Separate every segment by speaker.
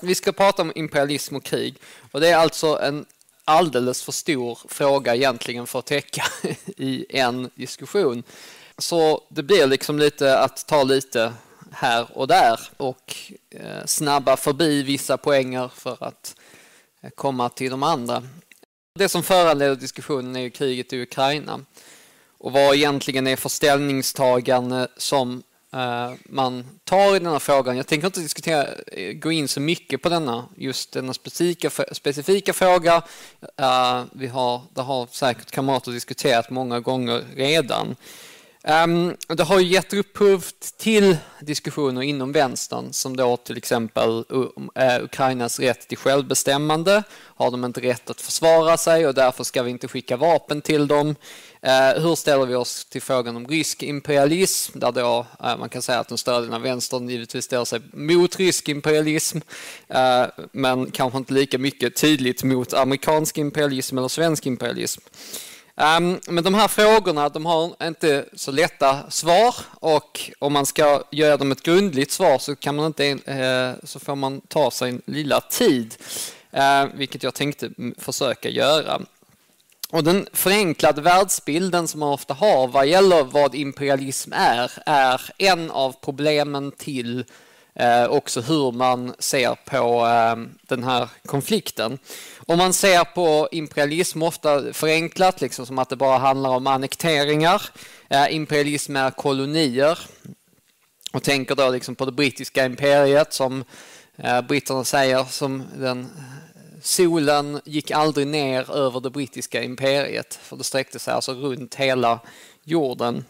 Speaker 1: vi ska prata om imperialism och krig. Och det är alltså en alldeles för stor fråga egentligen för att täcka i en diskussion. Så det blir liksom lite att ta lite här och där och snabba förbi vissa poänger för att komma till de andra. Det som föranleder diskussionen är ju kriget i Ukraina. Och vad egentligen är för ställningstagande som man tar i den här frågan. Jag tänker inte gå in så mycket på denna specifika fråga. Det har säkert kamrater diskuterat många gånger redan. Det har ju gett upphov till diskussioner inom vänstern som då till exempel Ukrainas rätt till självbestämmande. Har de inte rätt att försvara sig och därför ska vi inte skicka vapen till dem? Hur ställer vi oss till frågan om rysk imperialism? Där då man kan säga att den stödjande vänstern givetvis ställer sig mot rysk imperialism, men kanske inte lika mycket tydligt mot amerikansk imperialism eller svensk imperialism. Men de här frågorna, de har inte så lätta svar, och om man ska göra dem ett grundligt svar så får man ta sig en lilla tid, vilket jag tänkte försöka göra. Och den förenklade världsbilden som man ofta har vad gäller vad imperialism är en av problemen till också hur man ser på den här konflikten. Om man ser på imperialism ofta förenklat, liksom som att det bara handlar om annekteringar. Imperialism är kolonier. Och tänker då liksom på det brittiska imperiet som britterna säger som solen gick aldrig ner över det brittiska imperiet, för det sträckte sig alltså runt hela jorden.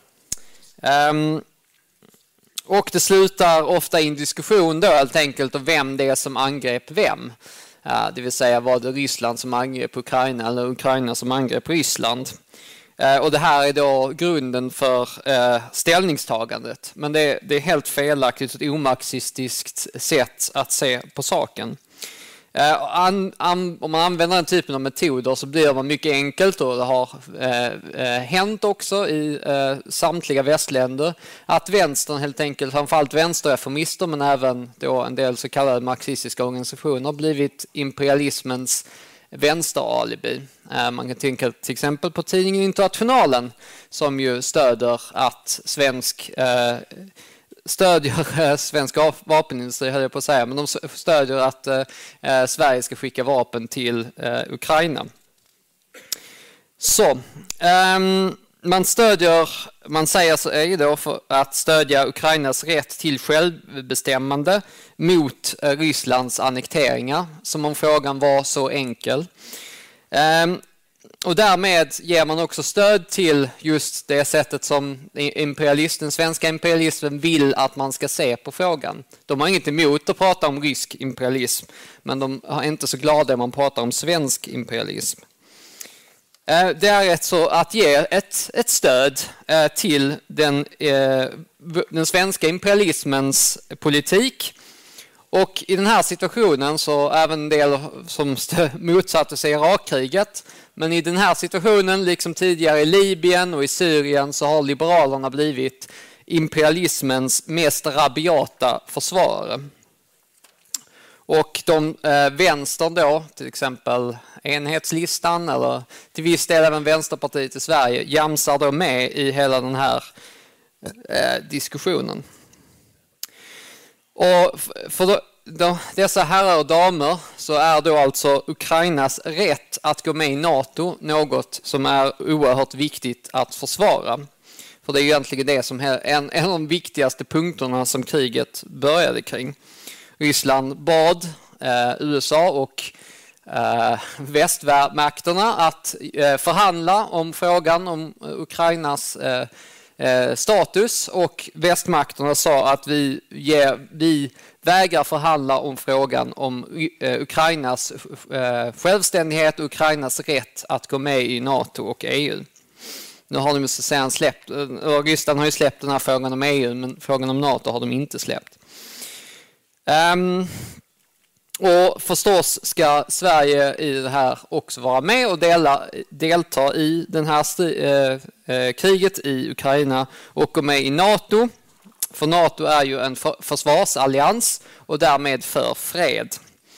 Speaker 1: Och det slutar ofta i en diskussion då helt enkelt om vem det är som angrep vem. Det vill säga var det Ryssland som angrep Ukraina eller Ukraina som angrep Ryssland. Och det här är då grunden för ställningstagandet. Men det är helt felaktigt, ett omarxistiskt sätt att se på saken. Om man använder den typen av metoder så blir det mycket enkelt, och det har hänt också i samtliga västländer att vänstern helt enkelt, framförallt vänsterreformister men även då en del så kallade marxistiska organisationer, har blivit imperialismens vänsteralibi. Man kan tänka till exempel på tidningen Internationalen som ju stödjer svensk vapenindustri, höll jag på att säga, men de stödjer att Sverige ska skicka vapen till Ukraina. Så man säger sig då för att stödja Ukrainas rätt till självbestämmande mot Rysslands annekteringar, som om frågan var så enkel. Och därmed ger man också stöd till just det sättet som den svenska imperialismen vill att man ska se på frågan. De har inget emot att prata om rysk imperialism, men de är inte så glada om man pratar om svensk imperialism. Det är så att ge ett stöd till den svenska imperialismens politik. Och i den här situationen så även en del som motsatte sig Irakkriget. Men i den här situationen, liksom tidigare i Libyen och i Syrien, så har liberalerna blivit imperialismens mest rabiata försvarare. Och vänstern då, till exempel Enhetslistan eller till viss del även Vänsterpartiet i Sverige, jamsar då med i hela den här diskussionen. Och för dessa herrar och damer så är då alltså Ukrainas rätt att gå med i NATO något som är oerhört viktigt att försvara. För det är egentligen det som är en av de viktigaste punkterna som kriget började kring. Ryssland bad USA och västmakterna att förhandla om frågan om Ukrainas status, och västmakterna sa att vi vägrar förhandla om frågan om Ukrainas självständighet och Ukrainas rätt att gå med i NATO och EU. Nu har de sedan släppt, Ryssland har ju släppt den här frågan om EU, men frågan om NATO har de inte släppt. Och förstås ska Sverige i det här också vara med och delta i den här kriget i Ukraina och gå med i NATO. För NATO är ju en försvarsallians och därmed för fred.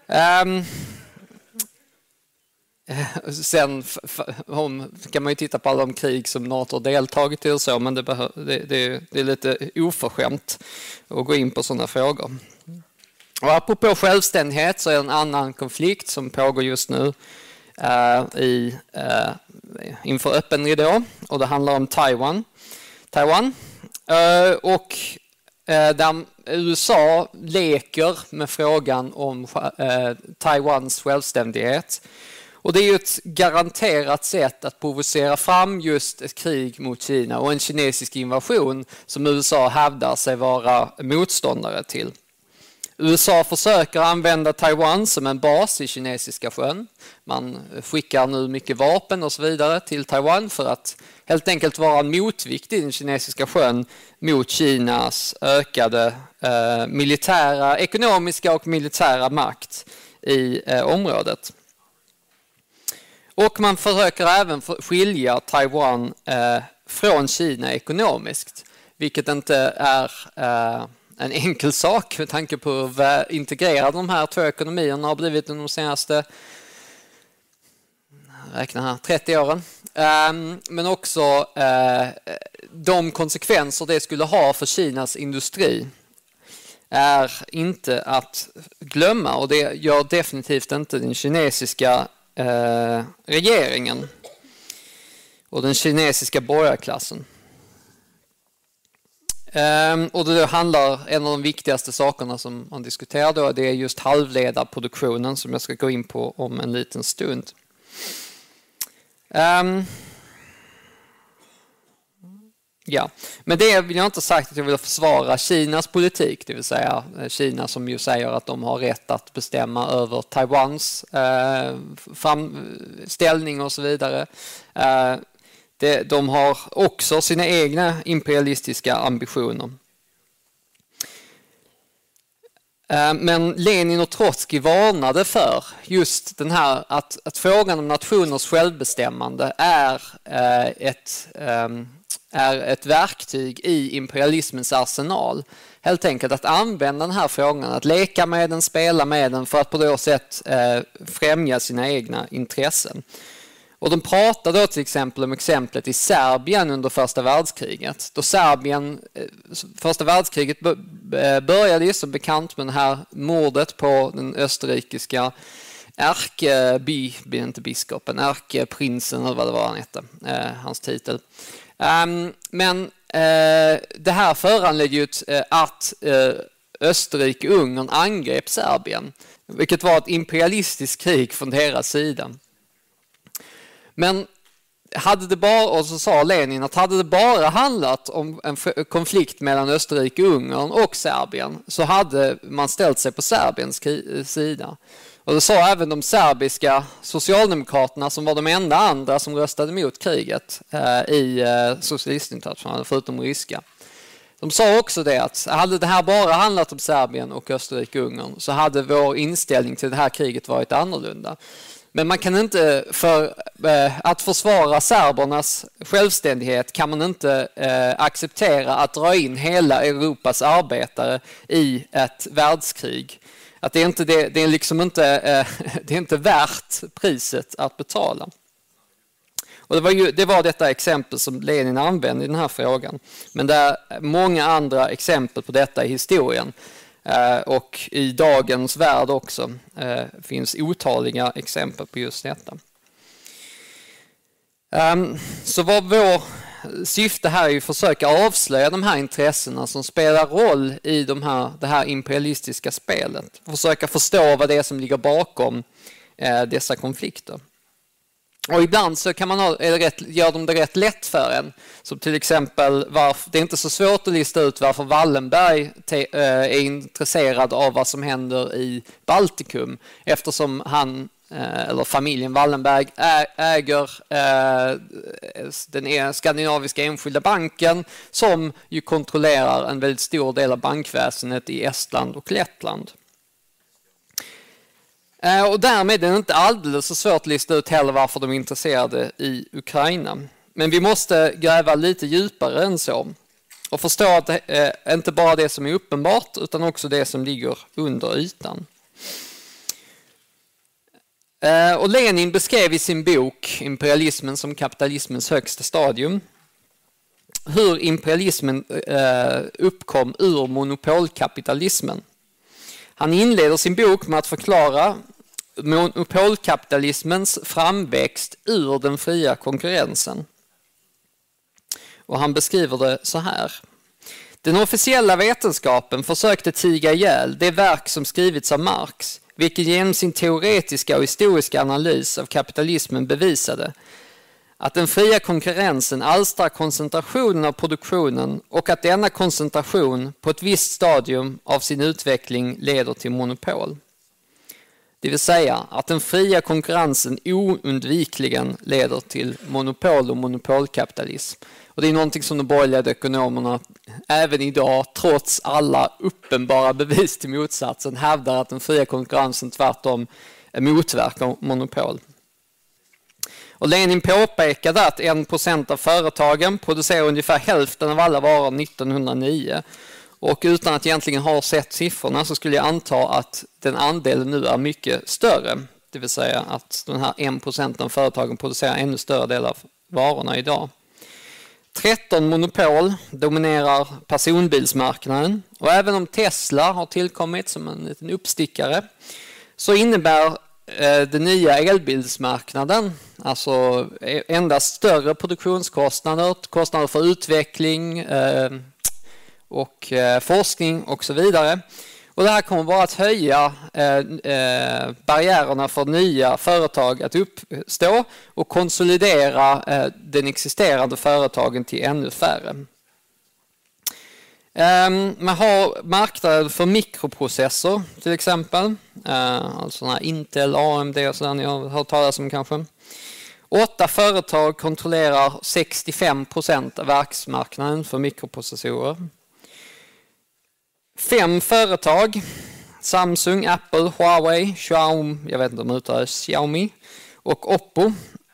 Speaker 1: Sen kan man ju titta på alla de krig som NATO har deltagit i och så, men det är lite oförskämt att gå in på sådana frågor. Och apropå självständighet så är det en annan konflikt som pågår just nu inför öppen ridå, och det handlar om Taiwan. Och där USA leker med frågan om Taiwans självständighet. Och det är ju ett garanterat sätt att provocera fram just ett krig mot Kina och en kinesisk invasion som USA hävdar sig vara motståndare till. USA försöker använda Taiwan som en bas i Kinesiska sjön. Man skickar nu mycket vapen och så vidare till Taiwan för att helt enkelt vara en motvikt i den Kinesiska sjön mot Kinas ökade ekonomiska och militära makt i området. Och man försöker även skilja Taiwan från Kina ekonomiskt, vilket inte är en enkel sak med tanke på hur integrerade de här två ekonomierna har blivit under de senaste 30 åren. Men också de konsekvenser det skulle ha för Kinas industri är inte att glömma, och det gör definitivt inte den kinesiska regeringen och den kinesiska borgarklassen. Och det handlar, en av de viktigaste sakerna som man diskuterar då, det är just halvledarproduktionen som jag ska gå in på om en liten stund. Ja, men det vill jag inte sagt att jag vill försvara Kinas politik, det vill säga Kina som ju säger att de har rätt att bestämma över Taiwans ställning och så vidare. De har också sina egna imperialistiska ambitioner. Men Lenin och Trotskij varnade för just den här att frågan om nationers självbestämmande är ett verktyg i imperialismens arsenal. Helt enkelt att använda den här frågan, att leka med den, spela med den för att på det sätt främja sina egna intressen. Och de pratar då till exempel om exemplet i Serbien under första världskriget. Då första världskriget började ju som bekant med det här mordet på den österrikiska ärkeprinsen eller vad det var han hette, hans titel. Men det här föranledde ju att Österrike-Ungern angrep Serbien, vilket var ett imperialistiskt krig från deras sida. Men så sa Lenin att hade det bara handlat om en konflikt mellan Österrike-Ungern och Serbien så hade man ställt sig på Serbiens sida. Och det sa även de serbiska socialdemokraterna som var de enda andra som röstade mot kriget i socialistinternationalen förutom ryska. De sa också det att hade det här bara handlat om Serbien och Österrike-Ungern så hade vår inställning till det här kriget varit annorlunda. Men man kan inte, för att försvara serbernas självständighet kan man inte acceptera att dra in hela Europas arbetare i ett världskrig. Att det är inte värt priset att betala. Och det var detta exempel som Lenin använde i den här frågan. Men det är många andra exempel på detta i historien. Och i dagens värld också finns otaliga exempel på just detta. Så vad vår syfte här är att försöka avslöja de här intressena som spelar roll i det här imperialistiska spelet. Försöka förstå vad det är som ligger bakom dessa konflikter. Och ibland så kan gör de det rätt lätt för en. Som till exempel, det är inte så svårt att lista ut varför Wallenberg är intresserad av vad som händer i Baltikum. Eftersom eller familjen Wallenberg äger den skandinaviska enskilda banken som ju kontrollerar en väldigt stor del av bankväsendet i Estland och Lettland. Och därmed är det inte alldeles så svårt att lista ut heller varför de är intresserade i Ukraina. Men vi måste gräva lite djupare än så och förstå att det inte bara det som är uppenbart utan också det som ligger under ytan. Och Lenin beskrev i sin bok Imperialismen som kapitalismens högsta stadium hur imperialismen uppkom ur monopolkapitalismen. Han inleder sin bok med att förklara monopolkapitalismens framväxt ur den fria konkurrensen. Och han beskriver det så här. Den officiella vetenskapen försökte tiga ihjäl det verk som skrivits av Marx, vilket genom sin teoretiska och historiska analys av kapitalismen bevisade att den fria konkurrensen alstrar koncentrationen av produktionen och att denna koncentration på ett visst stadium av sin utveckling leder till monopol. Det vill säga att den fria konkurrensen oundvikligen leder till monopol och monopolkapitalism. Och det är någonting som de borgerliga ekonomerna även idag, trots alla uppenbara bevis till motsatsen, hävdar att den fria konkurrensen tvärtom motverkar monopol. Och Lenin påpekade att 1% av företagen producerar ungefär hälften av alla varor 1909. Och utan att egentligen ha sett siffrorna så skulle jag anta att den andelen nu är mycket större. Det vill säga att den här 1% av företagen producerar ännu större del av varorna idag. 13 monopol dominerar personbilsmarknaden. Och även om Tesla har tillkommit som en liten uppstickare så innebär den nya elbilsmarknaden alltså endast större produktionskostnader, kostnader för utveckling och forskning och så vidare. Och det här kommer bara att höja barriärerna för nya företag att uppstå och konsolidera den existerande företagen till ännu färre. Man har marknaden för mikroprocessor till exempel, alltså här Intel, AMD och sådär ni har hört talas om kanske. 8 företag kontrollerar 65% av världsmarknaden för mikroprocessorer. 5 företag, Samsung, Apple, Huawei, Xiaomi, jag vet inte om det uttalas Xiaomi och Oppo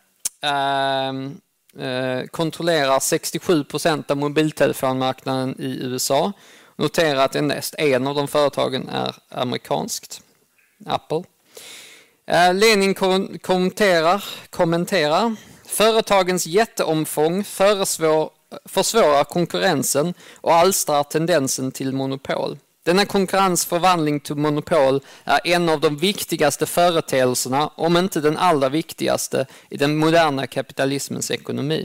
Speaker 1: kontrollerar 67% av mobiltelefonmarknaden i USA. Notera att endast en av de företagen är amerikanskt, Apple. Lenin kommenterar företagens jätteomfång försvårar konkurrensen och alstrar tendensen till monopol. Denna konkurrensförvandling till monopol är en av de viktigaste företeelserna, om inte den allra viktigaste, i den moderna kapitalismens ekonomi.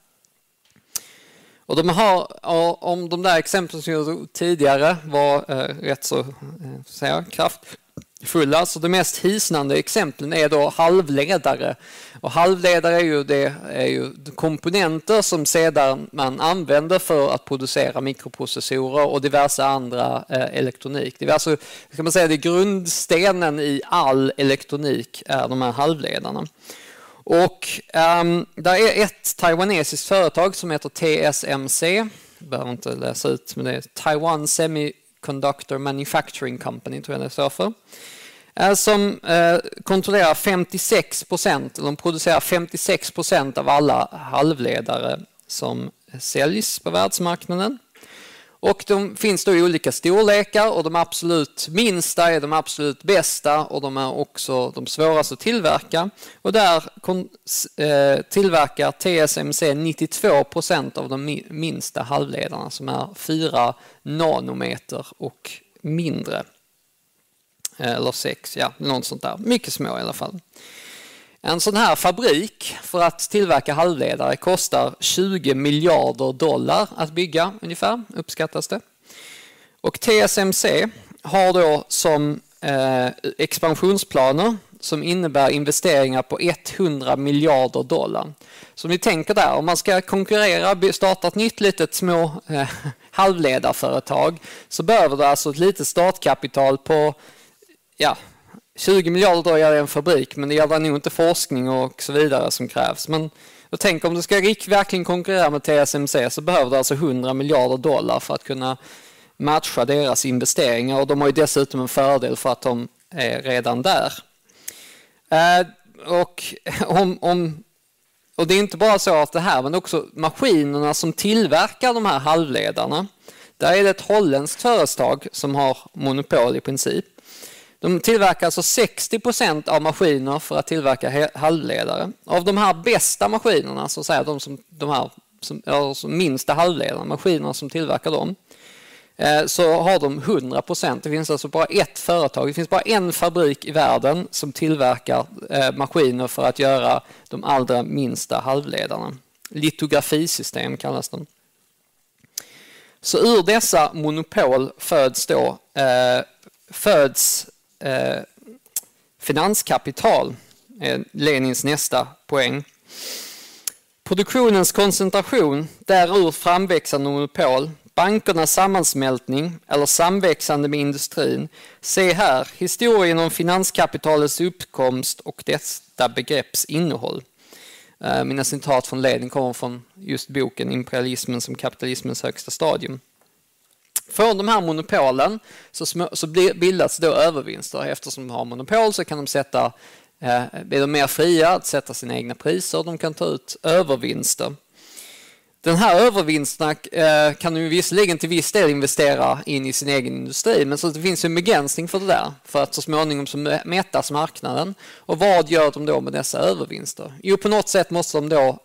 Speaker 1: Och om de där exemplen som jag tog tidigare var rätt så kraftfulla, så de mest hisnande exemplen är då halvledare. Och halvledare är ju komponenter som sedan man använder för att producera mikroprocessorer och diverse andra elektronik. Det är alltså, kan man säga, det grundstenen i all elektronik är de här halvledarna. Och där är ett taiwanesiskt företag som heter TSMC, jag behöver inte läsa ut, men det är Taiwan Semiconductor Manufacturing Company, tror jag det står för, som kontrollerar 56%, eller de producerar 56% av alla halvledare som säljs på världsmarknaden. Och de finns då i olika storlekar och de absolut minsta är de absolut bästa och de är också de svåraste att tillverka. Och där tillverkar TSMC 92% av de minsta halvledarna som är 4 nanometer och mindre. Eller 6, ja, något sånt där. Mycket små i alla fall. En sån här fabrik för att tillverka halvledare kostar $20 miljarder att bygga ungefär, uppskattas det. Och TSMC har då som expansionsplaner som innebär investeringar på $100 miljarder. Så ni tänker där, om man ska konkurrera, starta ett nytt litet små halvledarföretag så behöver det alltså ett litet startkapital på 20 miljarder gör en fabrik, men det gäller nog inte forskning och så vidare som krävs. Men jag tänker om du ska verkligen konkurrera med TSMC så behöver du alltså $100 miljarder för att kunna matcha deras investeringar. Och de har ju dessutom en fördel för att de är redan där. Och det är inte bara så att det här, men också maskinerna som tillverkar de här halvledarna. Där är det ett holländskt företag som har monopol i princip. De tillverkar alltså 60% av maskiner för att tillverka halvledare. Av de här bästa maskinerna, så att säga, som minsta halvledare, maskinerna som tillverkar dem, så har de 100%. Det finns alltså bara ett företag, det finns bara en fabrik i världen som tillverkar maskiner för att göra de allra minsta halvledarna. Litografisystem kallas de. Så ur dessa monopol föds finanskapital, Lenins nästa poäng. Produktionens koncentration, därur framväxande monopol, bankernas sammansmältning eller samväxande med industrin. Se här, historien om finanskapitalets uppkomst och detta begrepps innehåll. Mina citat från Lenin kommer från just boken Imperialismen som kapitalismens högsta stadium. Från de här monopolen så bildas då övervinster. Eftersom de har monopol så kan de blir de mer fria att sätta sina egna priser. De kan ta ut övervinster. Den här övervinsterna kan de visserligen till viss del investera in i sin egen industri, men så det finns en begränsning för det där, för att så småningom så mättas marknaden. Och vad gör de då med dessa övervinster? Jo, på något sätt måste de då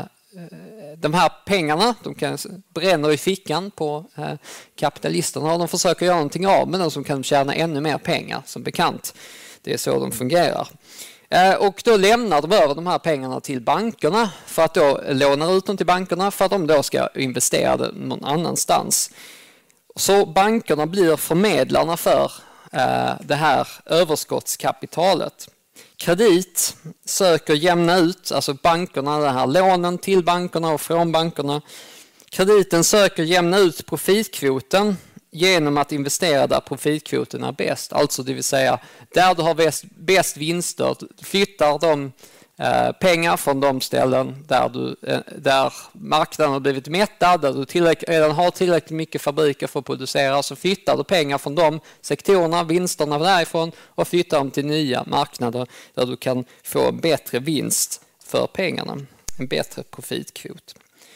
Speaker 1: de här pengarna, de kan bränna i fickan på kapitalisterna och de försöker göra någonting av med dem som kan tjäna ännu mer pengar, som bekant. Det är så de fungerar. Och då lämnar de över de här pengarna till bankerna för att då låna ut dem till bankerna för att de då ska investera det någon annanstans. Så bankerna blir förmedlarna för det här överskottskapitalet. Kredit söker jämna ut, alltså bankerna, det här lånen till bankerna och från bankerna. Krediten söker jämna ut profitkvoten genom att investera där profitkvoten är bäst. Alltså det vill säga där du har bäst vinster, flyttar de pengar från de ställen där marknaden har blivit mättad, där du redan har tillräckligt mycket fabriker för att producera, så flyttar du pengar från de sektorerna, vinsterna därifrån, och flyttar dem till nya marknader där du kan få en bättre vinst för pengarna, en bättre profitkvot.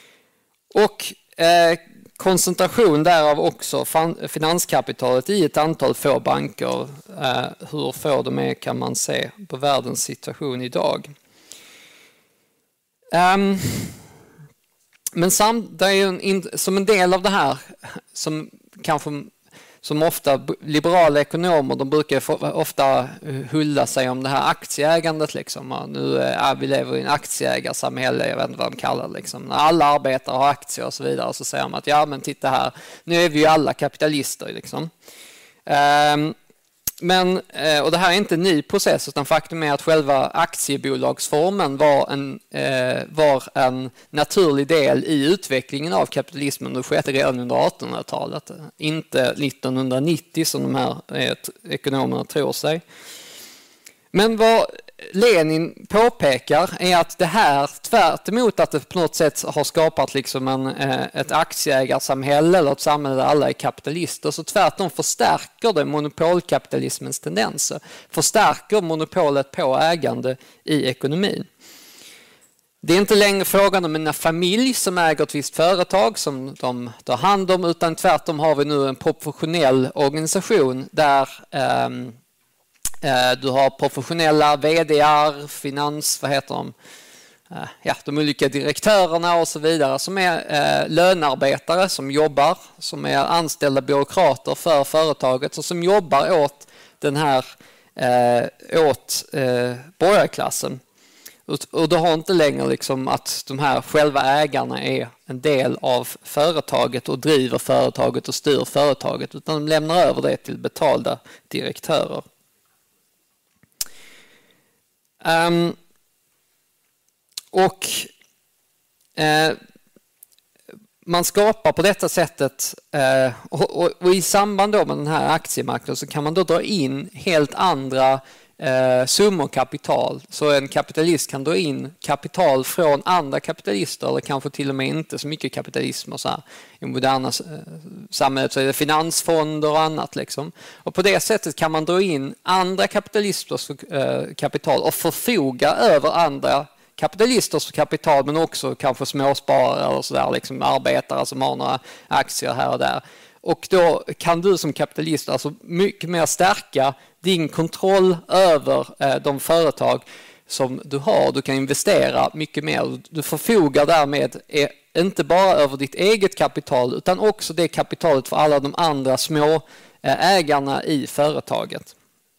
Speaker 1: Och koncentration därav också finanskapitalet i ett antal få banker. Hur få de är kan man se på världens situation idag. Men det är som en del av det här som ofta liberala ekonomer, de brukar ofta hulla sig om det här aktieägandet liksom. Vi lever i en aktieägarsamhälle, jag vet inte vad de kallar det liksom. När alla arbetare har aktier och så vidare, så säger man att ja men titta här, nu är vi ju alla kapitalister liksom. Men, och det här är inte en ny process, utan faktum är att själva aktiebolagsformen var en naturlig del i utvecklingen av kapitalismen. Det skedde redan under 1800-talet, inte 1990 som de här ekonomerna tror sig. Men vad Lenin påpekar är att det här, tvärt emot att det på något sätt har skapat liksom ett aktieägarsamhälle eller ett samhälle där alla är kapitalister, så tvärtom förstärker det monopolkapitalismens tendenser, förstärker monopolet på ägande i ekonomin. Det är inte längre frågan om en familj som äger ett visst företag som de tar hand om, utan tvärtom har vi nu en professionell organisation där du har professionella vd:ar, de olika direktörerna och så vidare som är lönearbetare som jobbar, som är anställda byråkrater för företaget och som jobbar åt den här borgarklassen. Och det har inte längre liksom att de här själva ägarna är en del av företaget och driver företaget och styr företaget, utan de lämnar över det till betalda direktörer. Man skapar på detta sättet och i samband då med den här aktiemarknaden så kan man då dra in helt andra summor kapital. Så en kapitalist kan dra in kapital från andra kapitalister, eller kanske till och med inte så mycket kapitalism och så här. I moderna samhället så är det finansfonder och annat liksom. Och på det sättet kan man dra in andra kapitalisters kapital och förfoga över andra kapitalisters kapital, men också kanske småsparare eller så där, liksom arbetare som har några aktier här och där. Och då kan du som kapitalist alltså mycket mer stärka din kontroll över de företag som du har. Du kan investera mycket mer. Du förfogar därmed inte bara över ditt eget kapital utan också det kapitalet för alla de andra små ägarna i företaget.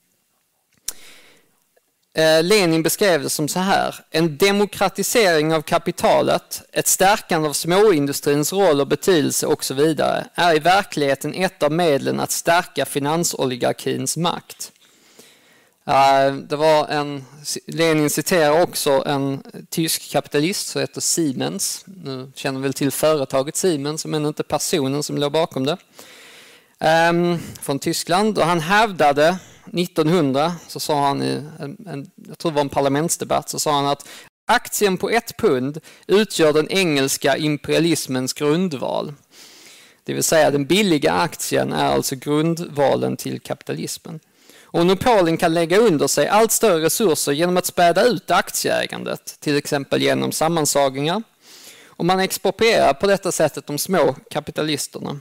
Speaker 1: Lenin beskrev det som så här: en demokratisering av kapitalet, ett stärkande av småindustrins roll och betydelse och så vidare är i verkligheten ett av medlen att stärka finansoligarkins makt. Lenin citerar också en tysk kapitalist som heter Siemens. Nu känner väl till företaget Siemens men inte personen som låg bakom det. Från Tyskland, och han hävdade 1900, så sa han i jag tror det var en parlamentsdebatt, så sa han att aktien på 1 pund utgör den engelska imperialismens grundval. Det vill säga den billiga aktien är alltså grundvalen till kapitalismen. Och monopolen kan lägga under sig allt större resurser genom att späda ut aktieägandet, till exempel genom sammansagningar. Och man exproprierar på detta sättet de små kapitalisterna.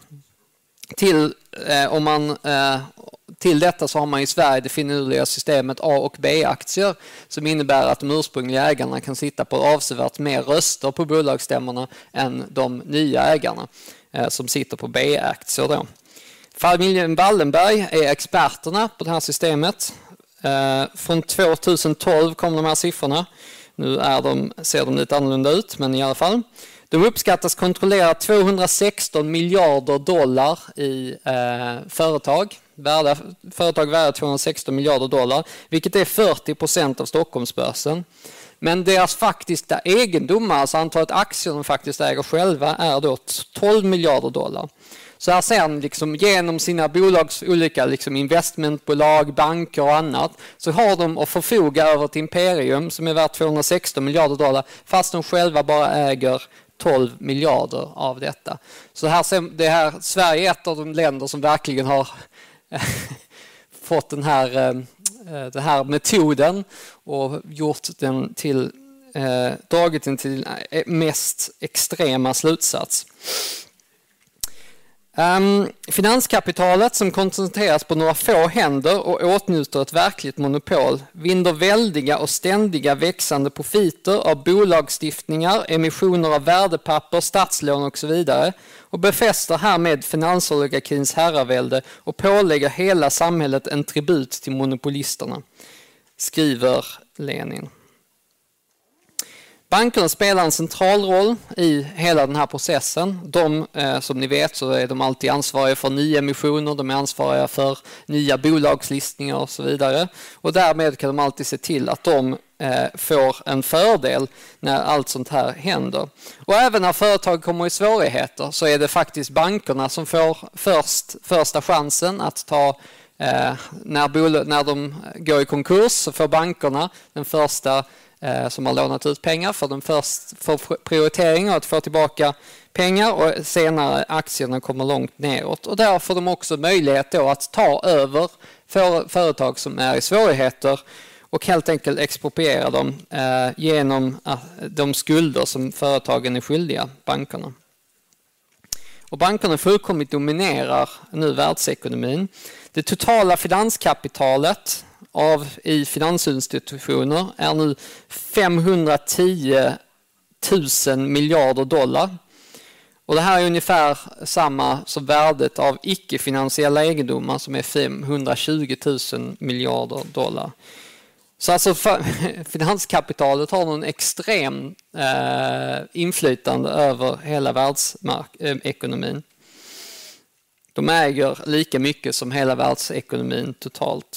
Speaker 1: Till detta så har man i Sverige det finurliga systemet A- och B-aktier som innebär att de ursprungliga ägarna kan sitta på avsevärt mer röster på bolagsstämmorna än de nya ägarna som sitter på B-aktier då. Familjen Wallenberg är experterna på det här systemet. Från 2012 kom de här siffrorna. Nu ser de lite annorlunda ut, men i alla fall. De uppskattas kontrollera 216 miljarder dollar i företag värda 216 miljarder dollar, vilket är 40% av Stockholmsbörsen. Men deras faktiska egendomar, alltså antalet aktier de faktiskt äger själva, är då 12 miljarder dollar. Så här sen genom sina bolags olika investmentbolag, banker och annat, så har de att förfoga över ett imperium som är värt 216 miljarder dollar fast de själva bara äger 12 miljarder av detta. Så Sverige är ett av de länder som verkligen har fått den här metoden och dragit den till mest extrema slutsats. Finanskapitalet som koncentreras på några få händer och åtnjuter ett verkligt monopol vinner väldiga och ständiga växande profiter av bolagsstiftningar, emissioner av värdepapper, statslån och så vidare och befäster härmed finansoligarkins herravälde och pålägger hela samhället en tribut till monopolisterna, skriver Lenin. Bankerna spelar en central roll i hela den här processen. Som ni vet så är de alltid ansvariga för nyemissioner, de är ansvariga för nya bolagslistningar och så vidare. Och därmed kan de alltid se till att de får en fördel när allt sånt här händer. Och även när företag kommer i svårigheter så är det faktiskt bankerna som får första chansen att ta när de går i konkurs, så får bankerna den första som har lånat ut pengar för den först får prioritering att få tillbaka pengar, och senare aktierna kommer långt neråt. Och där får de också möjlighet då att ta över företag som är i svårigheter och helt enkelt expropriera dem genom de skulder som företagen är skyldiga bankerna. Och bankerna fullkomligt dominerar nu världsekonomin. Det totala finanskapitalet i finansinstitutioner är nu 510 000 miljarder dollar. Och det här är ungefär samma som värdet av icke-finansiella egendomar som är 520 000 miljarder dollar. Så alltså finanskapitalet har någon extrem inflytande över hela världsekonomin. De äger lika mycket som hela världsekonomin totalt.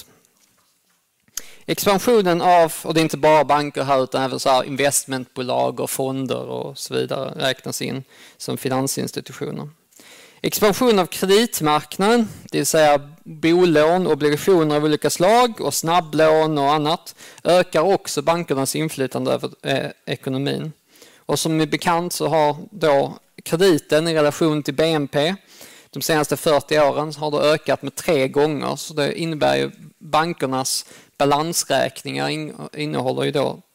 Speaker 1: Expansionen och det är inte bara banker här utan även så här investmentbolag och fonder och så vidare räknas in som finansinstitutioner. Expansion av kreditmarknaden, det vill säga bolån, obligationer av olika slag och snabblån och annat, ökar också bankernas inflytande över ekonomin. Och som är bekant så har då krediten i relation till BNP de senaste 40 åren har det ökat med 3 gånger. Så det innebär ju bankernas balansräkningar innehåller ju då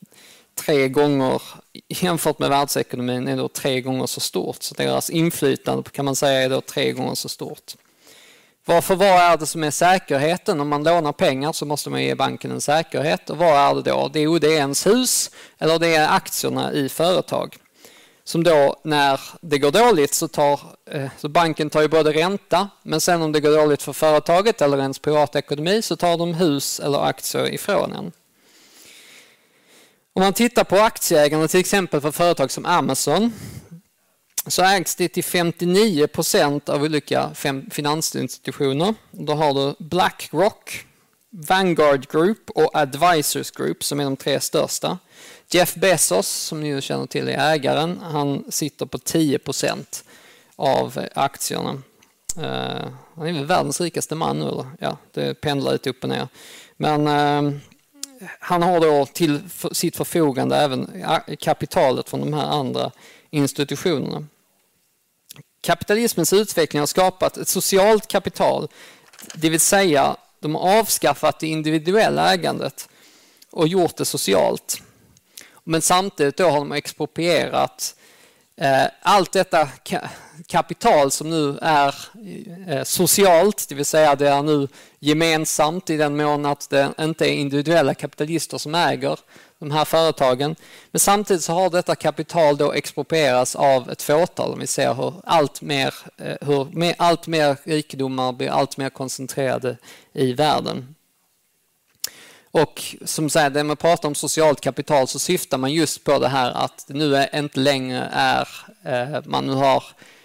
Speaker 1: 3 gånger, jämfört med världsekonomin, är då 3 gånger så stort. Så deras inflytande kan man säga är då 3 gånger så stort. Vad är det som är säkerheten? Om man lånar pengar så måste man ge banken en säkerhet. Och vad är det då? Det är ens hus eller det är aktierna i företag. Som då när det går dåligt så banken tar ju både ränta, men sen om det går dåligt för företaget eller ens privatekonomi så tar de hus eller aktier ifrån en. Om man tittar på aktieägarna till exempel för företag som Amazon, så ägs det till 59% av olika finansinstitutioner. Då har du BlackRock, Vanguard Group och Advisors Group som är de 3 största. Jeff Bezos, som ni känner till är ägaren, han sitter på 10% av aktierna. Han är väl världens rikaste man nu, eller? Ja, det pendlar lite upp och ner. Men han har då till sitt förfogande även kapitalet från de här andra institutionerna. Kapitalismens utveckling har skapat ett socialt kapital, det vill säga de har avskaffat det individuella ägandet och gjort det socialt. Men samtidigt då har de exproprierat allt detta kapital som nu är socialt, det vill säga det är nu gemensamt i den mån att det inte är individuella kapitalister som äger de här företagen. Men samtidigt så har detta kapital då exproprierats av ett fåtal. Vi ser hur allt mer rikedomar blir allt mer koncentrerade i världen. Och som sagt, när man pratar om socialt kapital så syftar man just på det här att det nu inte längre är man nu har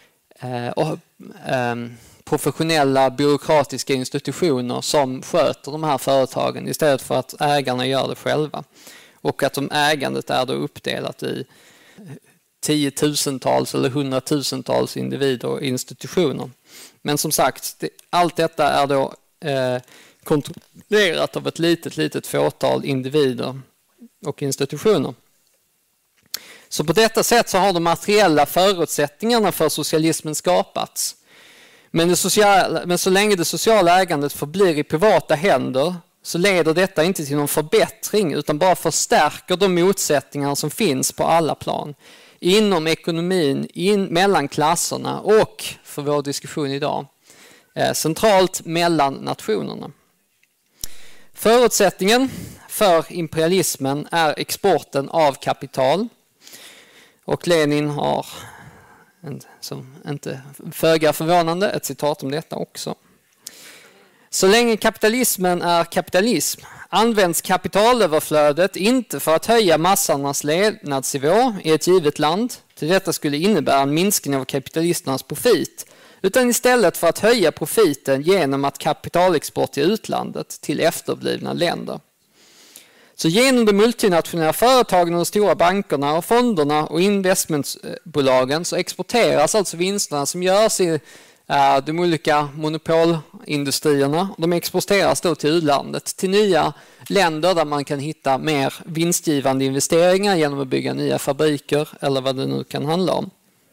Speaker 1: professionella byråkratiska institutioner som sköter de här företagen istället för att ägarna gör det själva. Och att ägandet är då uppdelat i 10-tusentals eller 100-tusentals individer och institutioner. Men som sagt, allt detta är då kontrollerat av ett litet fåtal individer och institutioner. Så på detta sätt så har de materiella förutsättningarna för socialismen skapats. Men så länge det sociala ägandet förblir i privata händer så leder detta inte till någon förbättring utan bara förstärker de motsättningar som finns på alla plan. Inom ekonomin, mellan klasserna och, för vår diskussion idag, centralt mellan nationerna. Förutsättningen för imperialismen är exporten av kapital. Och Lenin har, som inte föga förvånande, ett citat om detta också. Så länge kapitalismen är kapitalism används kapitalöverflödet inte för att höja massarnas levnadsnivå i ett givet land, till detta skulle innebära en minskning av kapitalisternas profit, utan istället för att höja profiten genom att kapitalexport till utlandet till efterblivna länder. Så genom de multinationella företagen och de stora bankerna och fonderna och investmentbolagen så exporteras alltså vinsterna som görs i de olika monopolindustrierna. De exporteras då till utlandet, till nya länder där man kan hitta mer vinstgivande investeringar genom att bygga nya fabriker eller vad det nu kan handla om.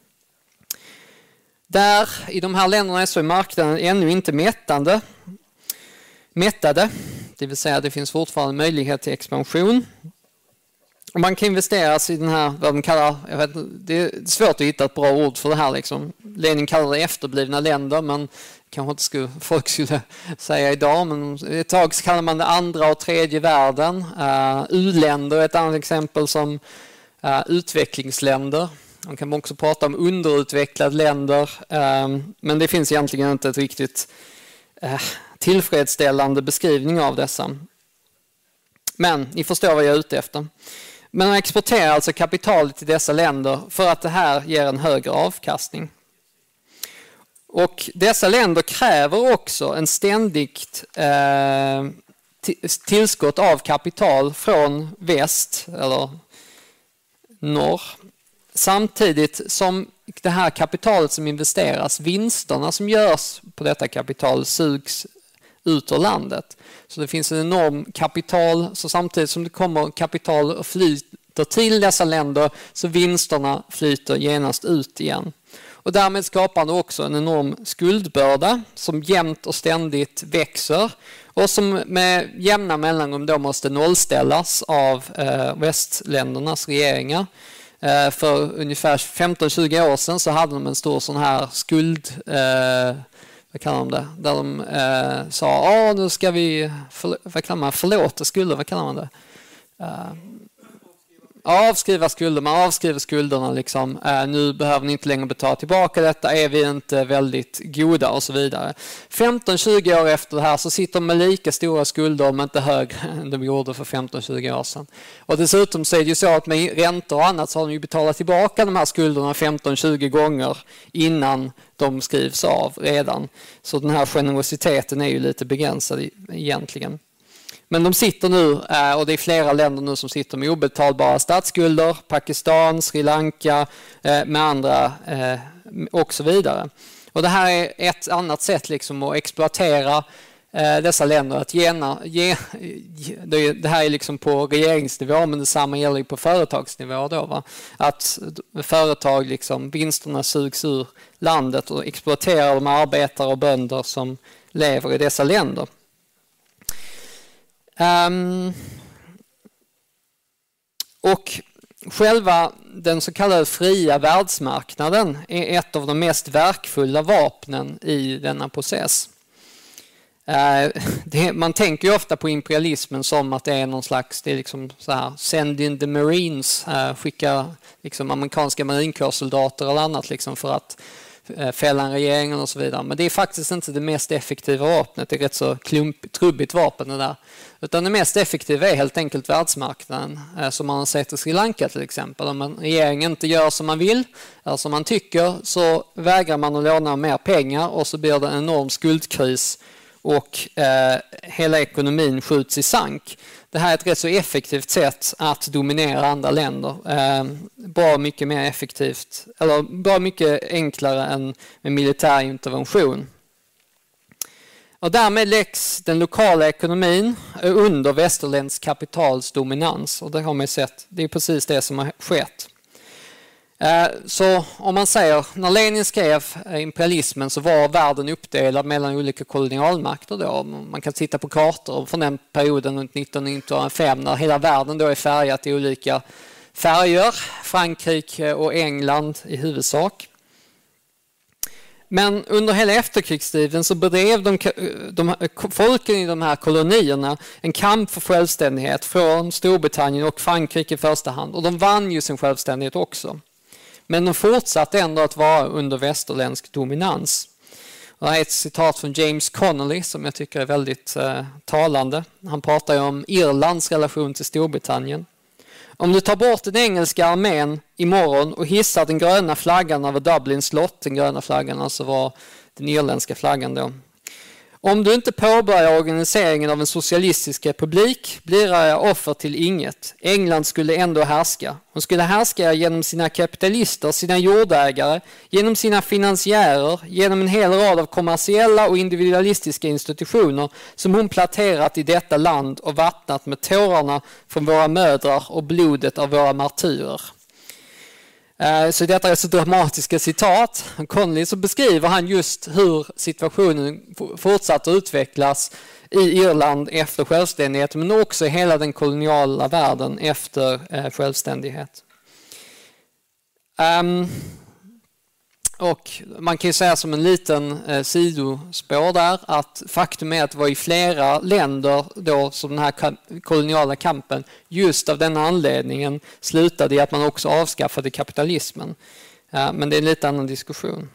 Speaker 1: Där i de här länderna är så marknaden ännu inte mättade, det vill säga det finns fortfarande möjlighet till expansion. Och man kan investera i den här, vad de kallar, det är svårt att hitta ett bra ord för det här liksom. Lenin kallar det efterblivna länder, men kanske inte folk skulle säga idag, men ett tag så kallar man det andra och tredje världen. U-länder är ett annat exempel som utvecklingsländer. Man kan också prata om underutvecklade länder, men det finns egentligen inte ett riktigt tillfredsställande beskrivning av dessa. Men ni förstår vad jag är ute efter. Men man exporterar alltså kapitalet till dessa länder för att det här ger en högre avkastning. Och dessa länder kräver också en ständigt tillskott av kapital från väst eller norr. Samtidigt som det här kapitalet som investeras, vinsterna som görs på detta kapital sugs ut ur landet. Så det finns en enorm kapital, så samtidigt som det kommer kapital och flyter till dessa länder så vinsterna flyter genast ut igen. Och därmed skapar det också en enorm skuldbörda som jämt och ständigt växer och som med jämna mellanrum då måste nollställas av västländernas regeringar. För ungefär 15-20 år sedan så hade de en stor sån här skuld... vad kallar de det? Där de sa, nu ska vi förlåta skulder, vad kallar man det? Avskriva skulder, man avskriver skulderna liksom. Nu behöver ni inte längre betala tillbaka detta, är vi inte väldigt goda och så vidare. 15-20 år efter det här så sitter de med lika stora skulder, om inte högre än de gjorde för 15-20 år sedan. Och dessutom så är det ju så att med räntor och annat så har de ju betalat tillbaka de här skulderna 15-20 gånger innan de skrivs av redan. Så den här generositeten är ju lite begränsad egentligen. Men de sitter nu, och det är flera länder nu som sitter med obetalbara statsskulder, Pakistan, Sri Lanka med andra och så vidare. Och det här är ett annat sätt liksom att exploatera dessa länder. Att det här är liksom på regeringsnivå, men detsamma gäller ju på företagsnivå då, va? Att företag liksom, vinsterna sugs ur landet och exploaterar de arbetare och bönder som lever i dessa länder. Och själva den så kallade fria världsmarknaden är ett av de mest verkfulla vapnen i denna process. Man tänker ju ofta på imperialismen som att det är någon slags, det är liksom så här, send in the marines, skicka liksom amerikanska marinkårssoldater eller annat liksom för att fälla en regering och så vidare. Men det är faktiskt inte det mest effektiva vapnet. Det är rätt så trubbigt vapen det där. Utan det mest effektiva är helt enkelt världsmarknaden. Som man har sett i Sri Lanka till exempel. Om regeringen inte gör som man vill, eller som man tycker, så vägrar man att låna mer pengar och så blir det en enorm skuldkris och hela ekonomin skjuts i sank. Det här är ett rätt så effektivt sätt att dominera andra länder. Bra mycket mer effektivt, eller bra mycket enklare än med militär intervention. Och därmed läggs den lokala ekonomin under västerländsk kapitals dominans. Och det har man sett, det är precis det som har skett. Så om man säger, när Lenin skrev imperialismen så var världen uppdelad mellan olika kolonialmakter då. Man kan titta på kartor från den perioden runt 1905 när hela världen då är färgat i olika färger, Frankrike och England i huvudsak. Men under hela efterkrigstiden så bedrev folken i de här kolonierna en kamp för självständighet från Storbritannien och Frankrike i första hand. Och de vann ju sin självständighet också. Men de fortsatte ändå att vara under västerländsk dominans. Och det här är ett citat från James Connolly som jag tycker är väldigt talande. Han pratar ju om Irlands relation till Storbritannien. Om du tar bort den engelska armén imorgon och hissar den gröna flaggan över Dublins slott, den gröna flaggan alltså var den irländska flaggan då. Om du inte påbörjar organiseringen av en socialistisk republik blir jag offer till inget. England skulle ändå härska. Hon skulle härska genom sina kapitalister, sina jordägare, genom sina finansiärer, genom en hel rad av kommersiella och individualistiska institutioner som hon planterat i detta land och vattnat med tårarna från våra mödrar och blodet av våra martyrer. Så detta är så dramatiska citat. Connolly så beskriver han just hur situationen fortsatte att utvecklas i Irland efter självständighet men också i hela den koloniala världen efter självständighet. Och man kan ju säga som en liten sidospår där att faktum är att det var i flera länder då som den här koloniala kampen just av den anledningen slutade i att man också avskaffade kapitalismen. Men det är en lite annan diskussion.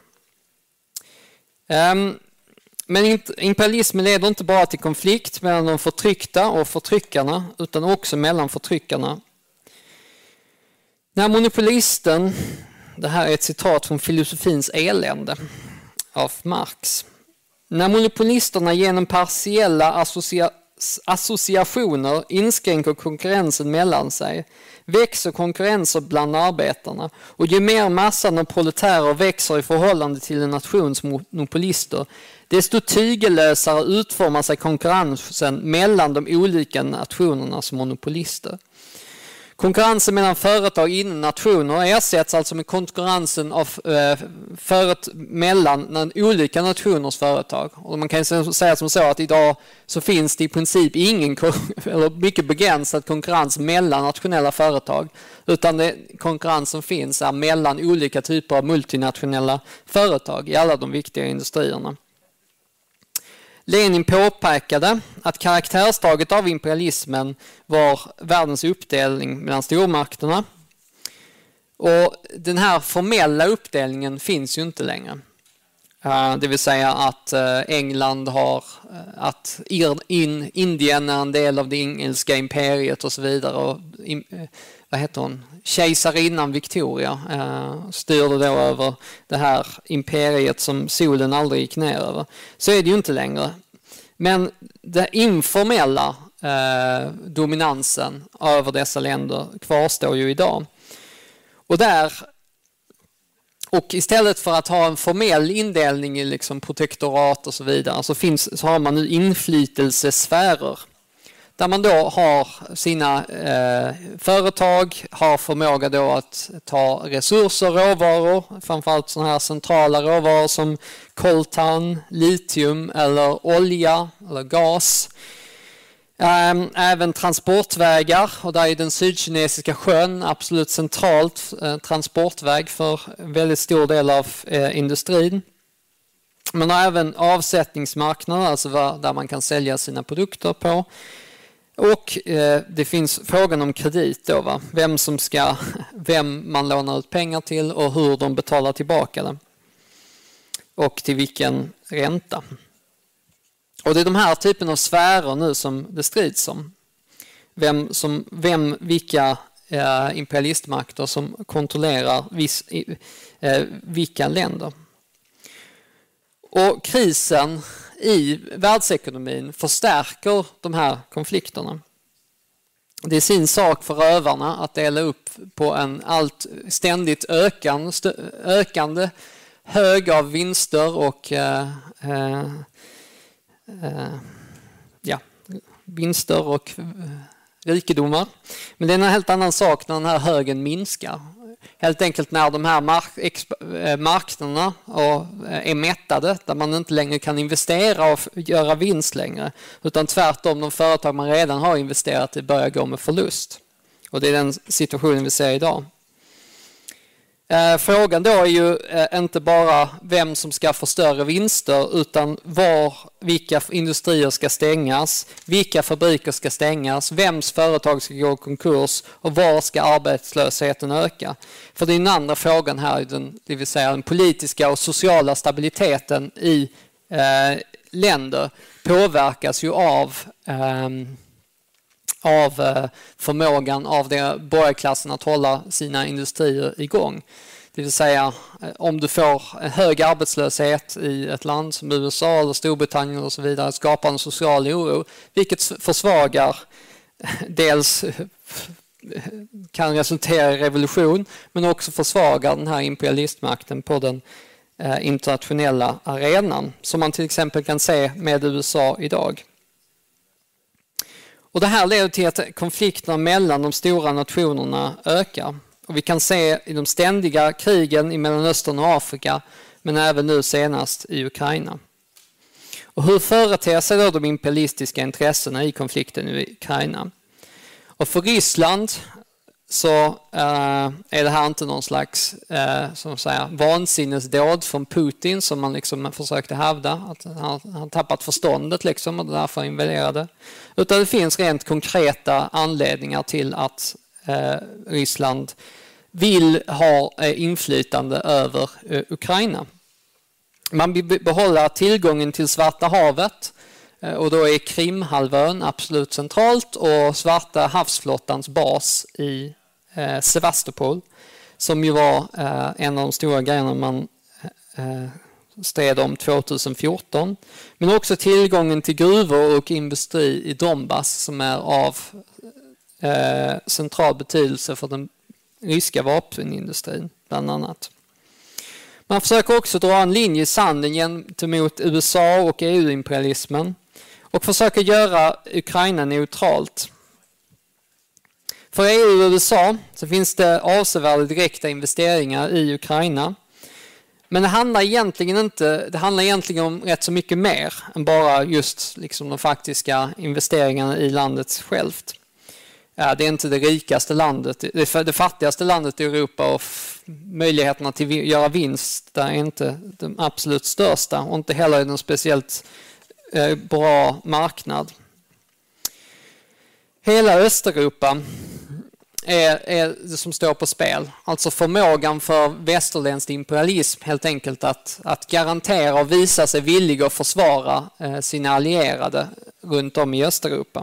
Speaker 1: Men imperialismen leder inte bara till konflikt mellan de förtryckta och förtryckarna utan också mellan förtryckarna. När monopolisten, det här är ett citat från Filosofins elände av Marx. När monopolisterna genom partiella associationer inskränker konkurrensen mellan sig växer konkurrensen bland arbetarna och ju mer massan av proletärer växer i förhållande till en nations monopolister desto tygellösare utformar sig konkurrensen mellan de olika nationernas monopolister. Konkurrensen mellan företag inom nationer ersätts alltså med konkurrensen av mellan olika nationers företag. Och man kan säga som så att idag så finns det i princip ingen eller mycket begränsad konkurrens mellan nationella företag, utan konkurrensen finns mellan olika typer av multinationella företag i alla de viktiga industrierna. Lenin påpekade att karaktärsdraget av imperialismen var världens uppdelning mellan stormakterna. Och den här formella uppdelningen finns ju inte längre. Det vill säga att England har att Indien är en del av det engelska imperiet och så vidare. Och, vad heter hon? Kejsarinnan Victoria styrde då över det här imperiet som solen aldrig gick ner över. Så är det ju inte längre. Men den informella dominansen över dessa länder kvarstår ju idag. Och istället för att ha en formell indelning i liksom protektorat och så vidare så har man nu inflytelsesfärer. Där man då har sina företag, har förmåga då att ta resurser, råvaror, framförallt sådana här centrala råvaror som coltan, litium eller olja eller gas. Även transportvägar, och där är den Sydkinesiska sjön absolut centralt transportväg för en väldigt stor del av industrin. Man har även avsättningsmarknader, alltså där man kan sälja sina produkter på. Och det finns frågan om kredit då, vem man lånar ut pengar till och hur de betalar tillbaka det. Och till vilken ränta. Och det är de här typen av sfärer nu som det strids om. Vilka imperialistmakter som kontrollerar vilka länder. Och krisen i världsekonomin förstärker de här konflikterna. Det är sin sak för rövarna att dela upp på en allt ständigt ökande hög av vinster och vinster och rikedomar. Men det är en helt annan sak när den här högen minskar. Helt enkelt när de här marknaderna är mättade, där man inte längre kan investera och göra vinst längre, utan tvärtom de företag man redan har investerat i börjar gå med förlust. Och det är den situationen vi ser idag. Frågan då är ju inte bara vem som ska få större vinster, utan vilka industrier ska stängas, vilka fabriker ska stängas, vems företag ska gå i konkurs och var ska arbetslösheten öka. För det är den andra frågan här, det vill säga den politiska och sociala stabiliteten i länder påverkas ju av förmågan av borgarklassen att hålla sina industrier igång. Det vill säga, om du får en hög arbetslöshet i ett land som USA eller Storbritannien och så vidare, skapar en social oro, vilket försvagar, dels kan resultera i revolution, men också försvagar den här imperialistmakten på den internationella arenan, som man till exempel kan se med USA idag. Och det här leder till att konflikterna mellan de stora nationerna ökar. Och vi kan se i de ständiga krigen i Mellanöstern och Afrika, men även nu senast i Ukraina. Och hur företer sig då de imperialistiska intressena i konflikten i Ukraina? Och för Ryssland så är det här inte någon slags vansinnesdåd från Putin som man liksom försökte hävda, att han tappat förståndet liksom och därför invaderade. Utan det finns rent konkreta anledningar till att Ryssland vill ha inflytande över Ukraina. Man vill behålla tillgången till Svarta havet, och då är Krimhalvön absolut centralt, och Svarta havsflottans bas i Sevastopol, som ju var en av de stora grejerna man stred om 2014. Men också tillgången till gruvor och industri i Donbass, som är av central betydelse för den ryska vapenindustrin bland annat. Man försöker också dra en linje i sanden gentemot USA och EU-imperialismen och försöker göra Ukraina neutralt. För EU och USA så finns det avsevärda direkta investeringar i Ukraina. Men det handlar egentligen om rätt så mycket mer än bara just liksom de faktiska investeringarna i landet självt. Det är inte det rikaste landet, det fattigaste landet i Europa, och möjligheterna till att göra vinst där är inte den absolut största, och inte heller en speciellt bra marknad. Hela Östeuropa är det som står på spel. Alltså förmågan för västerländsk imperialism helt enkelt att garantera och visa sig villig att försvara sina allierade runt om i Östeuropa.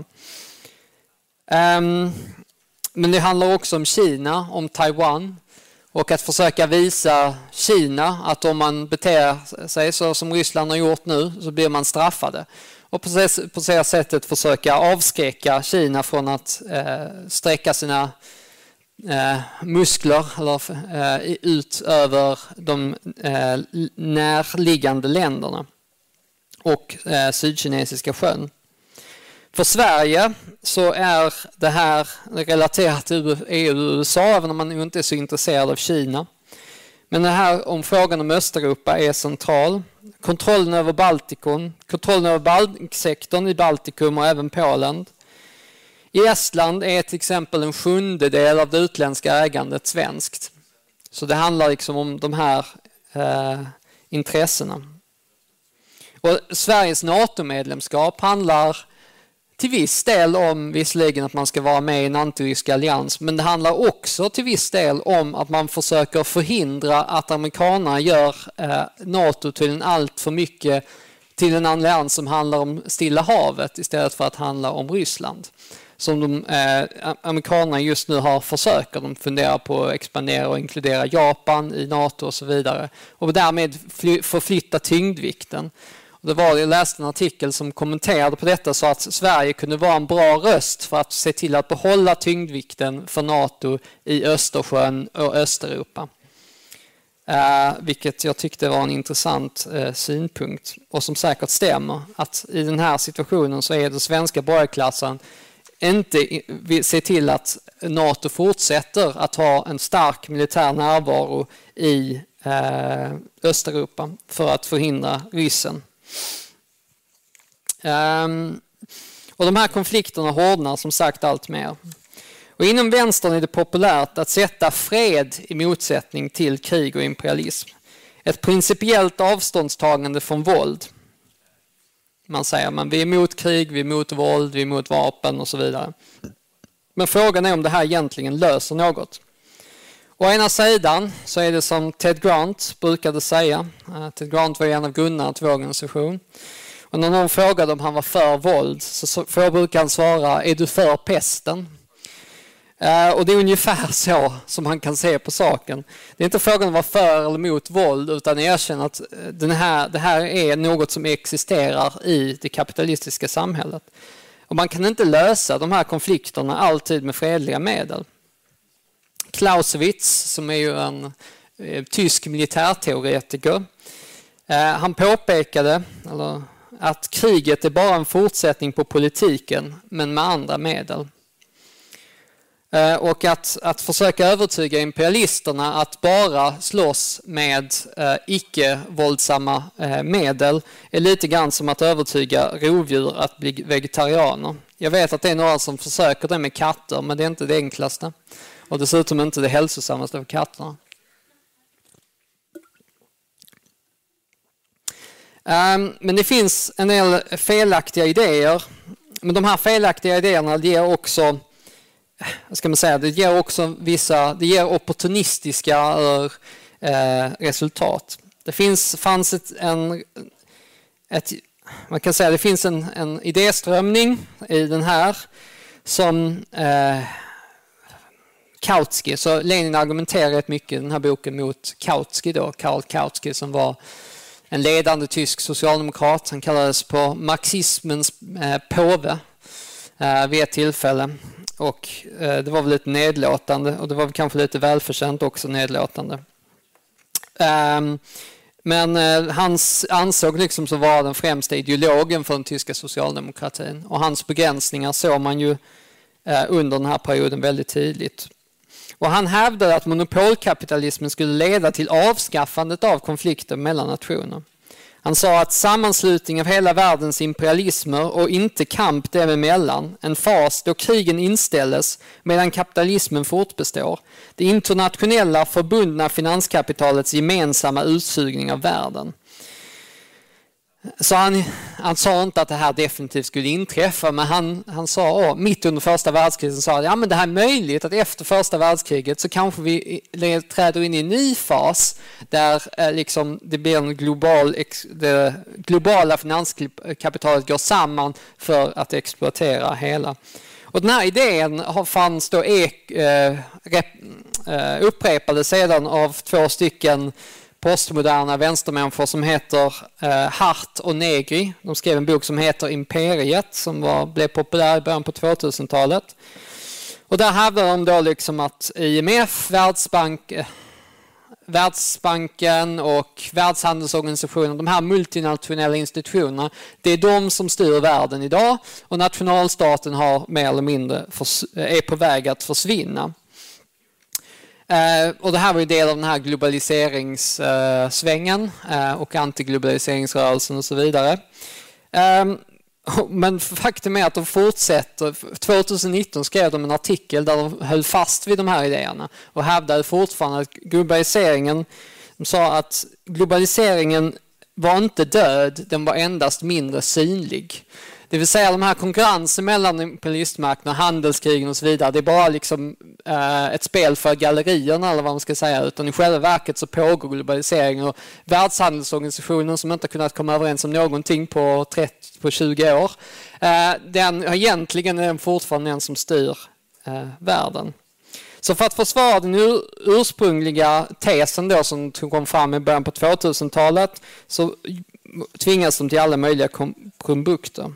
Speaker 1: Men det handlar också om Kina, om Taiwan, och att försöka visa Kina att om man beter sig så som Ryssland har gjort nu så blir man straffade. Och på det sättet försöka avskräcka Kina från att sträcka sina muskler ut över de närliggande länderna och Sydkinesiska sjön. För Sverige så är det här relaterat till EU och USA, även om man inte är så intresserad av Kina. Men det här om frågan om Östeuropa är central. Kontrollen över Baltikum, kontrollen över banksektorn i Baltikum och även Polen. I Estland är till exempel 1/7 av det utländska ägandet svenskt. Så det handlar liksom om de här intressena. Och Sveriges NATO-medlemskap handlar till viss del om visserligen att man ska vara med i en antirysk allians, men det handlar också till viss del om att man försöker förhindra att amerikanerna gör NATO till en allians som handlar om Stilla havet istället för att handla om Ryssland. Som amerikanerna just nu försöker. De funderar på att expandera och inkludera Japan i NATO och så vidare. Och därmed förflytta tyngdvikten. Jag läste en artikel som kommenterade på detta, så att Sverige kunde vara en bra röst för att se till att behålla tyngdvikten för NATO i Östersjön och Östeuropa. Vilket jag tyckte var en intressant synpunkt, och som säkert stämmer, att i den här situationen så är den svenska borgarklassen inte se till att NATO fortsätter att ha en stark militär närvaro i Östeuropa för att förhindra ryssen. Och de här konflikterna hårdnar som sagt allt mer. Och inom vänstern är det populärt att sätta fred i motsättning till krig och imperialism. Ett principiellt avståndstagande från våld. Man säger att vi är emot krig, vi är emot våld, vi är emot vapen och så vidare. Men frågan är om det här egentligen löser något. Å ena sidan så är det som Ted Grant brukade säga. Ted Grant var en av grundarna till vår organisation. Och när någon frågade om han var för våld så brukade han svara: är du för pesten? Och det är ungefär så som man kan se på saken. Det är inte frågan om att vara för eller emot våld, utan erkänna att det här är något som existerar i det kapitalistiska samhället. Och man kan inte lösa de här konflikterna alltid med fredliga medel. Clausewitz, som är ju en tysk militärteoretiker, han påpekade att kriget är bara en fortsättning på politiken, men med andra medel. Och att försöka övertyga imperialisterna att bara slåss med icke-våldsamma medel är lite grann som att övertyga rovdjur att bli vegetarianer. Jag vet att det är några som försöker det med katter, men det är inte det enklaste. Och dessutom inte det hälsosammaste för katterna. Men det finns en del felaktiga idéer. Men de här felaktiga idéerna ger också, det ger opportunistiska resultat. Det finns en idéströmning i den här som Kautsky, så Lenin argumenterar rätt mycket i den här boken mot Kautsky då, Karl Kautsky, som var en ledande tysk socialdemokrat. Han kallades på marxismens påve vid ett tillfälle. Och det var väl lite nedlåtande, och det var väl kanske lite välförtjänt också nedlåtande. Men han ansåg liksom så vara den främsta ideologen för den tyska socialdemokratin. Och hans begränsningar såg man ju under den här perioden väldigt tydligt. Och han hävdade att monopolkapitalismen skulle leda till avskaffandet av konflikter mellan nationer. Han sa att sammanslutning av hela världens imperialismer och inte kamp dem emellan, en fas då krigen inställes medan kapitalismen fortbestår, det internationella förbundna finanskapitalets gemensamma utsugning av världen. Så han sa inte att det här definitivt skulle inträffa, men han sa mitt under första världskriget sa att men det här är möjligt att efter första världskriget så kanske vi träder in i en ny fas där liksom det blir en det globala finanskapitalet går samman för att exploatera hela. Och den här idén fanns då upprepade sedan av 2 stycken postmoderna vänstermänniskor som heter Hart och Negri. De skrev en bok som heter Imperiet som blev populär i början på 2000-talet. Och där hävdar de då liksom att IMF, Världsbanken och Världshandelsorganisationen, de här multinationella institutionerna, det är de som styr världen idag och nationalstaten har mer eller mindre är på väg att försvinna. Och det här var ju del av den här globaliseringssvängen och antiglobaliseringsrörelsen och så vidare. Men faktum är att de fortsätter. 2019 skrev de en artikel där de höll fast vid de här idéerna och hävdade fortfarande att globaliseringen, de sa att globaliseringen var inte död, den var endast mindre synlig. Det vill säga de här konkurrensen mellan imperialistmarknaden, handelskrigen och så vidare, det är bara liksom ett spel för gallerierna eller vad man ska säga, utan i själva verket så pågår globaliseringen och Världshandelsorganisationen som inte har kunnat komma överens om någonting på 20 år, den egentligen fortfarande den som styr världen. Så för att försvara den ursprungliga tesen då som kom fram i början på 2000-talet så tvingas de till alla möjliga krumbukter.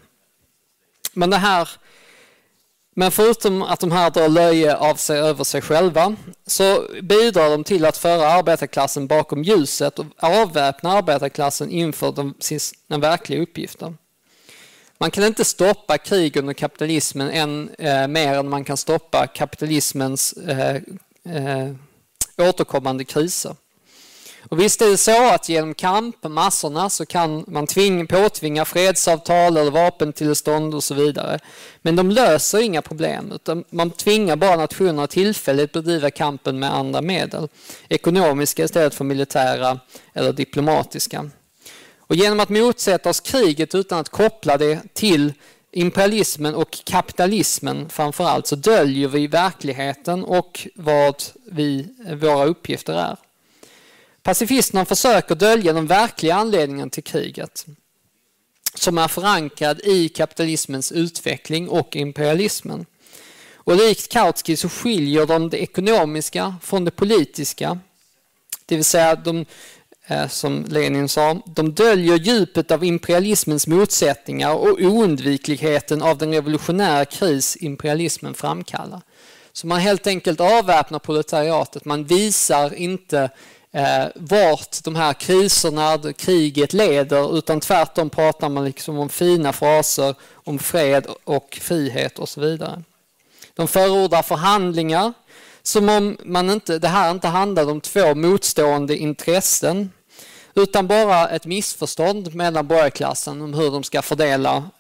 Speaker 1: Men förutom att de här drar löje av sig över sig själva så bidrar de till att föra arbetarklassen bakom ljuset och avväpna arbetarklassen inför den verkliga uppgiften. Man kan inte stoppa krig under kapitalismen mer än man kan stoppa kapitalismens återkommande kriser. Och visst är det så att genom kamp med massorna så kan man påtvinga fredsavtal eller vapentillstånd och så vidare. Men de löser inga problem utan man tvingar bara nationerna tillfälligt bedriva kampen med andra medel. Ekonomiska istället för militära eller diplomatiska. Och genom att motsätta oss kriget utan att koppla det till imperialismen och kapitalismen framförallt så döljer vi verkligheten och vad våra uppgifter är. Pacifisterna försöker dölja den verkliga anledningen till kriget som är förankrad i kapitalismens utveckling och imperialismen. Och likt Kautsky så skiljer de det ekonomiska från det politiska. Det vill säga, som Lenin sa, de döljer djupet av imperialismens motsättningar och oundvikligheten av den revolutionära kris imperialismen framkallar. Så man helt enkelt avväpnar proletariatet. Man visar inte vart de här kriserna, kriget leder, utan tvärtom pratar man liksom om fina fraser om fred och frihet och så vidare. De förordar förhandlingar som om det här inte handlar om 2 motstående intressen utan bara ett missförstånd mellan borgarklassen om hur de ska fördela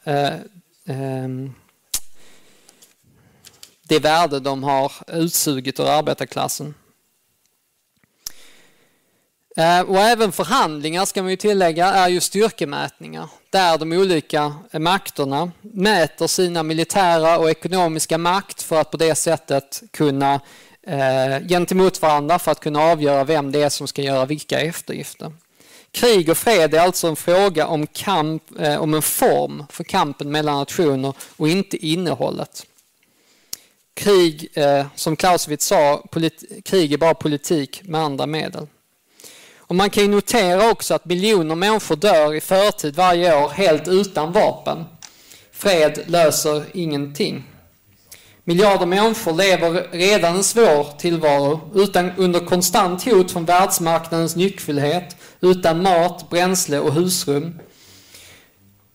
Speaker 1: det värde de har utsugit ur arbetarklassen. Och även förhandlingar, ska man ju tillägga, är ju styrkemätningar där de olika makterna mäter sina militära och ekonomiska makt för att på det sättet kunna gentemot varandra för att kunna avgöra vem det är som ska göra vilka eftergifter. Krig och fred är alltså en fråga om en form för kampen mellan nationer och inte innehållet. Krig, som Clausewitz sa, krig är bara politik med andra medel. Och man kan ju notera också att miljoner människor dör i förtid varje år helt utan vapen. Fred löser ingenting. Miljarder människor lever redan en svår tillvaro under konstant hot från världsmarknadens nyckfullhet, utan mat, bränsle och husrum.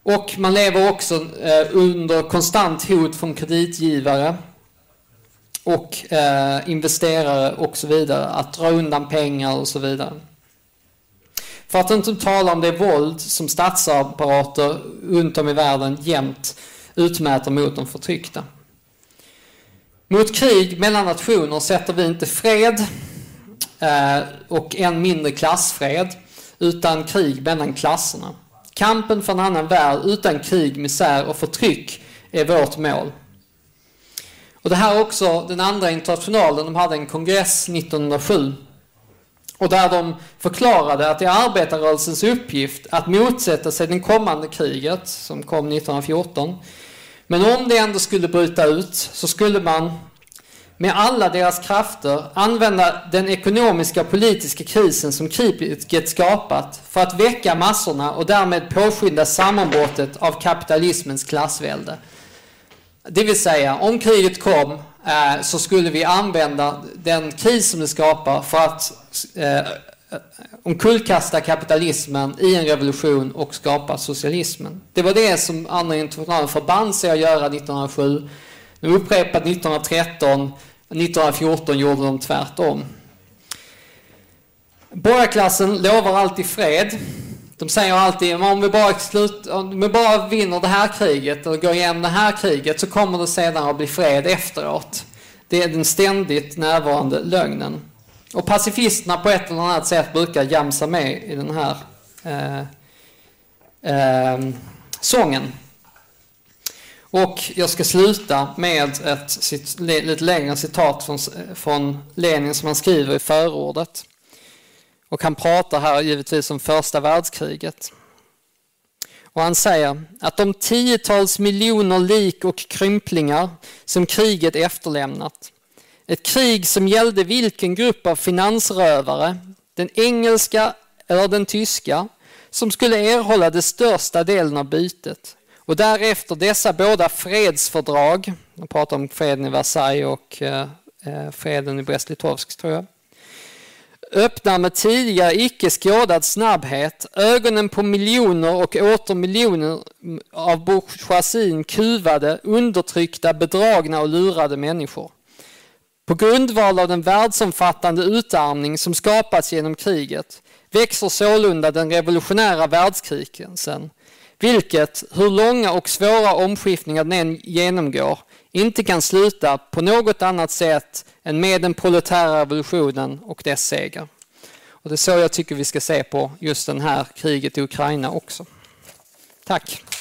Speaker 1: Och man lever också under konstant hot från kreditgivare och investerare och så vidare, att dra undan pengar och så vidare. För att inte tala om det våld som statsapparater runt om i världen jämt utmäter mot de förtryckta. Mot krig mellan nationer sätter vi inte fred och än mindre klassfred, utan krig mellan klasserna. Kampen för en annan värld utan krig, misär och förtryck är vårt mål. Och det här är också den andra internationalen. De hade en kongress 1907 och där de förklarade att det är arbetarrörelsens uppgift att motsätta sig det kommande kriget som kom 1914. Men om det ändå skulle bryta ut så skulle man med alla deras krafter använda den ekonomiska och politiska krisen som kriget skapat för att väcka massorna och därmed påskynda sammanbrottet av kapitalismens klassvälde. Det vill säga, om kriget kom så skulle vi använda den kris som det skapar för att omkullkasta kapitalismen i en revolution och skapa socialismen. Det var det som andra internationalen förband sig att göra 1907. De upprepade 1913, 1914 gjorde de tvärtom. Borgarklassen lovar alltid fred. De säger alltid, om vi bara vinner det här kriget och går igenom det här kriget så kommer det sedan att bli fred efteråt. Det är den ständigt närvarande lögnen. Och pacifisterna på ett eller annat sätt brukar jamsa med i den här sången. Och jag ska sluta med ett lite längre citat från Lenin som han skriver i förordet. Och han pratar här givetvis om första världskriget. Och han säger att de 10-tals miljoner lik och krymplingar som kriget efterlämnat. Ett krig som gällde vilken grupp av finansrövare, den engelska eller den tyska, som skulle erhålla den största delen av bytet. Och därefter dessa båda fredsfördrag, jag pratar om freden i Versailles och freden i Brest-Litovsk tror jag, öppnar med tidigare icke skådad snabbhet ögonen på miljoner och åter miljoner av bourgeoisien kuvade, undertryckta, bedragna och lurade människor. På grundval av den världsomfattande utarmning som skapats genom kriget växer sålunda den revolutionära världskrigelsen, vilket, hur långa och svåra omskiftningar den genomgår, inte kan sluta på något annat sätt än med den proletära revolutionen och dess seger. Och det är så jag tycker vi ska se på just den här kriget i Ukraina också. Tack!